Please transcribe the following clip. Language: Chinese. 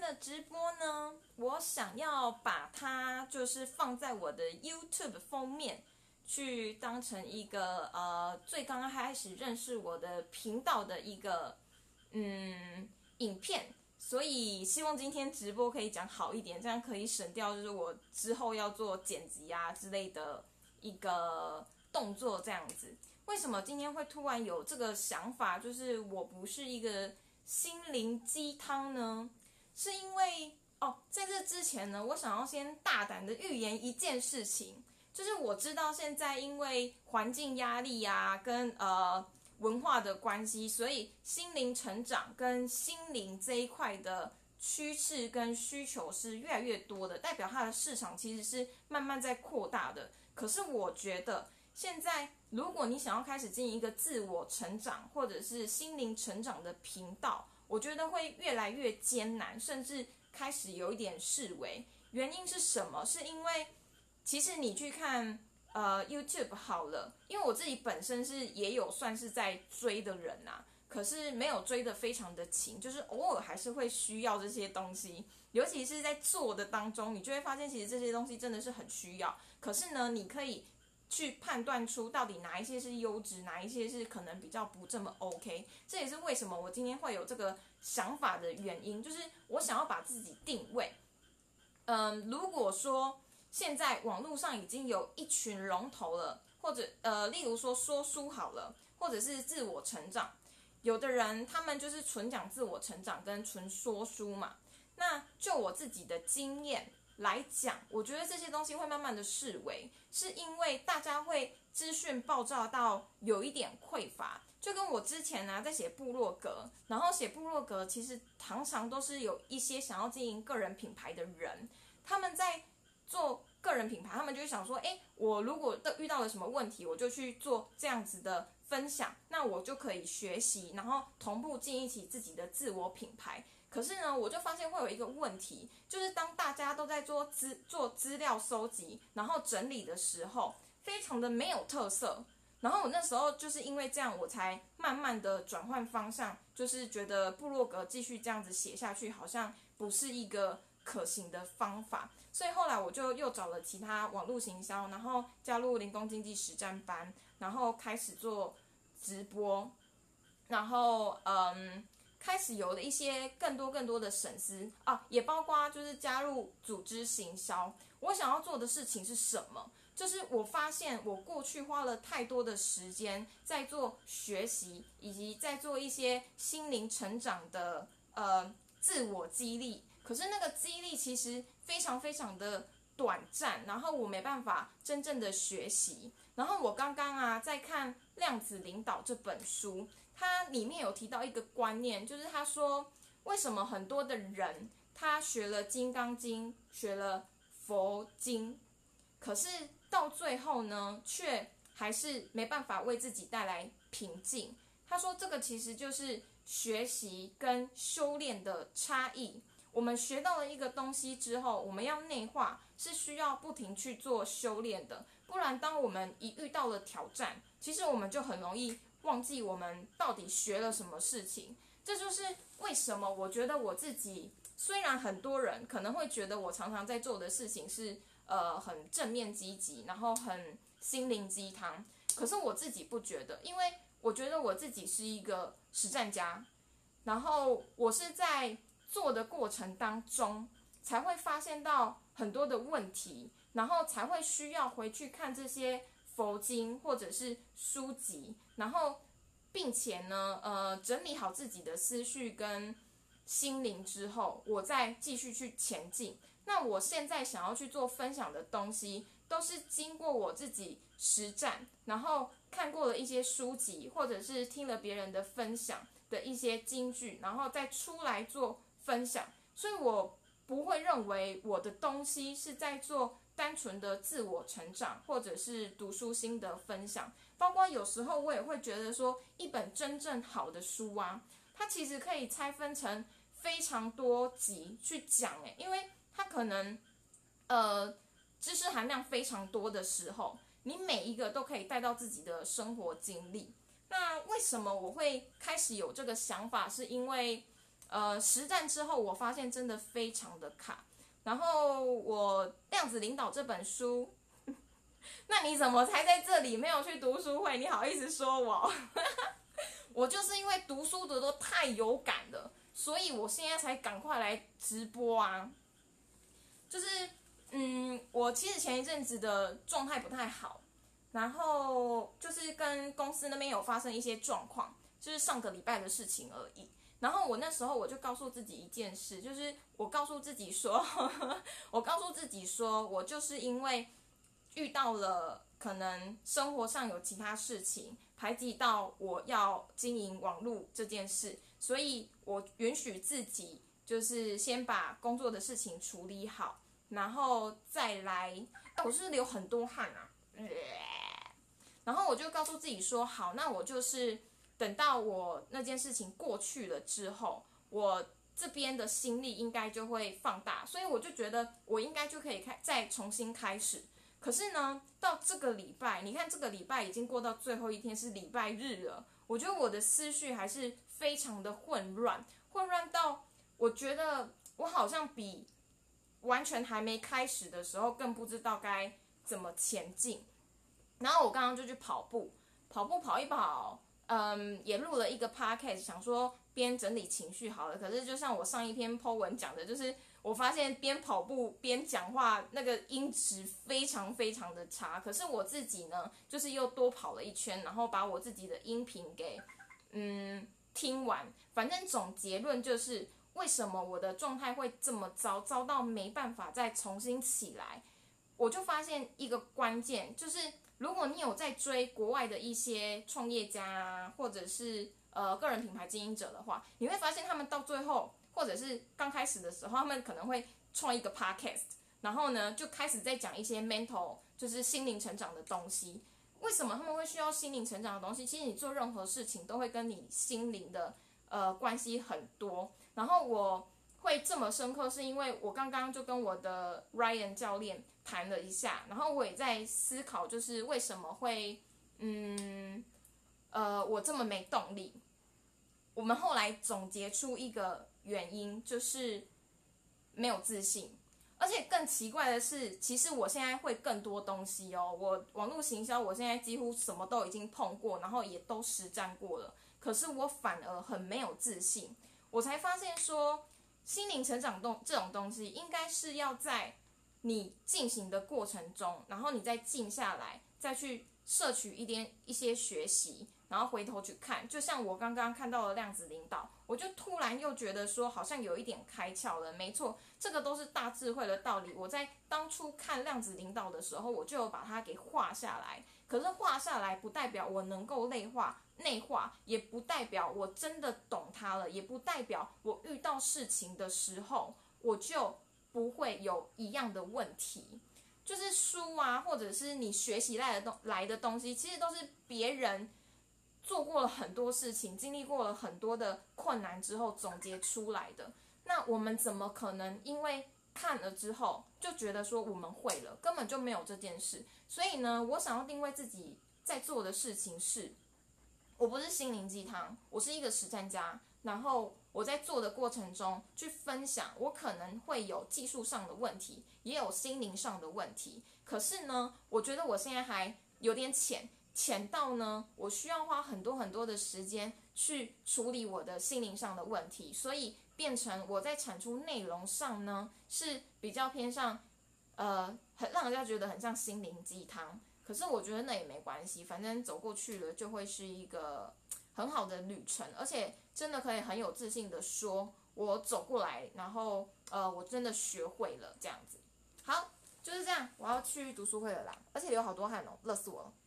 的直播呢，我想要把它就是放在我的 YouTube 封面，去当成一个最刚刚开始认识我的频道的一个影片。所以希望今天直播可以讲好一点，这样可以省掉就是我之后要做剪辑啊之类的一个动作这样子。为什么今天会突然有这个想法，就是我不是一个心灵鸡汤呢？是因为在这之前呢，我想要先大胆的预言一件事情，就是我知道现在因为环境压力啊，跟文化的关系，所以心灵成长跟心灵这一块的趋势跟需求是越来越多的，代表它的市场其实是慢慢在扩大的。可是我觉得现在如果你想要开始经营一个自我成长或者是心灵成长的频道，我觉得会越来越艰难，甚至开始有一点式微。原因是什么？是因为其实你去看YouTube 好了，因为我自己本身是也有算是在追的人啊，可是没有追得非常的勤，就是偶尔还是会需要这些东西，尤其是在做的当中，你就会发现其实这些东西真的是很需要。可是呢，你可以去判断出到底哪一些是优质，哪一些是可能比较不这么 OK。这也是为什么我今天会有这个想法的原因，就是我想要把自己定位。如果说现在网络上已经有一群龙头了，或者例如说说书好了，或者是自我成长，有的人他们就是纯讲自我成长跟纯说书嘛。那就我自己的经验来讲，我觉得这些东西会慢慢的式微，是因为大家会资讯爆炸到有一点匮乏。就跟我之前在写部落格，然后写部落格其实常常都是有一些想要经营个人品牌的人，他们在做个人品牌，他们就会想说，我如果遇到了什么问题，我就去做这样子的分享，那我就可以学习，然后同步建立起自己的自我品牌。可是呢，我就发现会有一个问题，就是当大家都在做资料收集，然后整理的时候，非常的没有特色。然后我那时候就是因为这样，我才慢慢的转换方向，就是觉得部落格继续这样子写下去，好像不是一个可行的方法。所以后来我就又找了其他网络行销，然后加入零工经济实战班，然后开始做直播，然后开始有了一些更多的省思啊，也包括就是加入组织行销。我想要做的事情是什么？就是我发现我过去花了太多的时间在做学习，以及在做一些心灵成长的自我激励。可是那个激励其实非常的短暂，然后我没办法真正的学习。然后我刚刚在看《量子领导》这本书，它里面有提到一个观念，就是他说为什么很多的人他学了金刚经，学了佛经，可是到最后呢，却还是没办法为自己带来平静。他说这个其实就是学习跟修炼的差异。我们学到了一个东西之后，我们要内化，是需要不停去做修炼的。不然当我们一遇到了挑战，其实我们就很容易忘记我们到底学了什么事情。这就是为什么我觉得我自己，虽然很多人可能会觉得我常常在做的事情是很正面积极，然后很心灵鸡汤，可是我自己不觉得，因为我觉得我自己是一个实战家，然后我是在做的过程当中才会发现到很多的问题，然后才会需要回去看这些佛经或者是书籍，然后并且呢整理好自己的思绪跟心灵之后，我再继续去前进。那我现在想要去做分享的东西，都是经过我自己实战，然后看过了一些书籍，或者是听了别人的分享的一些金句，然后再出来做分享。所以我不会认为我的东西是在做单纯的自我成长，或者是读书心得分享。包括有时候我也会觉得说，一本真正好的书它其实可以拆分成非常多集去讲，因为它可能知识含量非常多的时候，你每一个都可以带到自己的生活经历。那为什么我会开始有这个想法？是因为实战之后，我发现真的非常的卡。然后我量子领导这本书，那你怎么才在这里没有去读书会？你好意思说我？我就是因为读书的都太有感了，所以我现在才赶快来直播啊。就是，我其实前一阵子的状态不太好，然后就是跟公司那边有发生一些状况，就是上个礼拜的事情而已。然后我那时候我就告诉自己一件事，就是我告诉自己说，我告诉自己说我就是因为遇到了可能生活上有其他事情排挤到我要经营网络这件事，所以我允许自己就是先把工作的事情处理好，然后再来。我是不是流很多汗啊？然后我就告诉自己说，好，那我就是等到我那件事情过去了之后，我这边的心力应该就会放大，所以我就觉得我应该就可以再重新开始。可是呢，到这个礼拜，你看这个礼拜已经过到最后一天是礼拜日了，我觉得我的思绪还是非常的混乱，混乱到我觉得我好像比完全还没开始的时候更不知道该怎么前进。然后我刚刚就去跑步跑一跑，也录了一个 podcast， 想说边整理情绪好了。可是就像我上一篇 po 文讲的，就是我发现边跑步边讲话那个音质非常非常的差。可是我自己呢，就是又多跑了一圈，然后把我自己的音频给听完。反正总结论就是，为什么我的状态会这么糟，糟到没办法再重新起来？我就发现一个关键，就是如果你有在追国外的一些创业家啊，或者是个人品牌经营者的话，你会发现他们到最后，或者是刚开始的时候，他们可能会创一个 podcast， 然后呢就开始在讲一些 mental， 就是心灵成长的东西。为什么他们会需要心灵成长的东西？其实你做任何事情都会跟你心灵的关系很多。然后我会这么深刻，是因为我刚刚就跟我的 Ryan 教练谈了一下，然后我也在思考，就是为什么会我这么没动力。我们后来总结出一个原因，就是没有自信。而且更奇怪的是，其实我现在会更多东西哦。我网络行销，我现在几乎什么都已经碰过，然后也都实战过了。可是我反而很没有自信。我才发现说，心灵成长这种东西，应该是要在你进行的过程中，然后你再静下来，再去摄取一些学习，然后回头去看。就像我刚刚看到的量子领导，我就突然又觉得说，好像有一点开窍了。没错，这个都是大智慧的道理。我在当初看量子领导的时候，我就有把它给画下来。可是画下来不代表我能够内化，也不代表我真的懂它了，也不代表我遇到事情的时候我就不会有一样的问题。就是书啊，或者是你学习来的东西，其实都是别人做过了很多事情，经历过了很多的困难之后总结出来的。那我们怎么可能因为看了之后就觉得说我们会了？根本就没有这件事。所以呢，我想要定位自己在做的事情是，我不是心灵鸡汤，我是一个实战家。然后我在做的过程中去分享，我可能会有技术上的问题，也有心灵上的问题。可是呢，我觉得我现在还有点浅到呢，我需要花很多很多的时间去处理我的心灵上的问题，所以变成我在产出内容上呢是比较偏向很让人家觉得很像心灵鸡汤。可是我觉得那也没关系，反正走过去了就会是一个很好的旅程，而且真的可以很有自信的说，我走过来，然后我真的学会了这样子。好，就是这样，我要去读书会了啦，而且流好多汗哦，热死我了。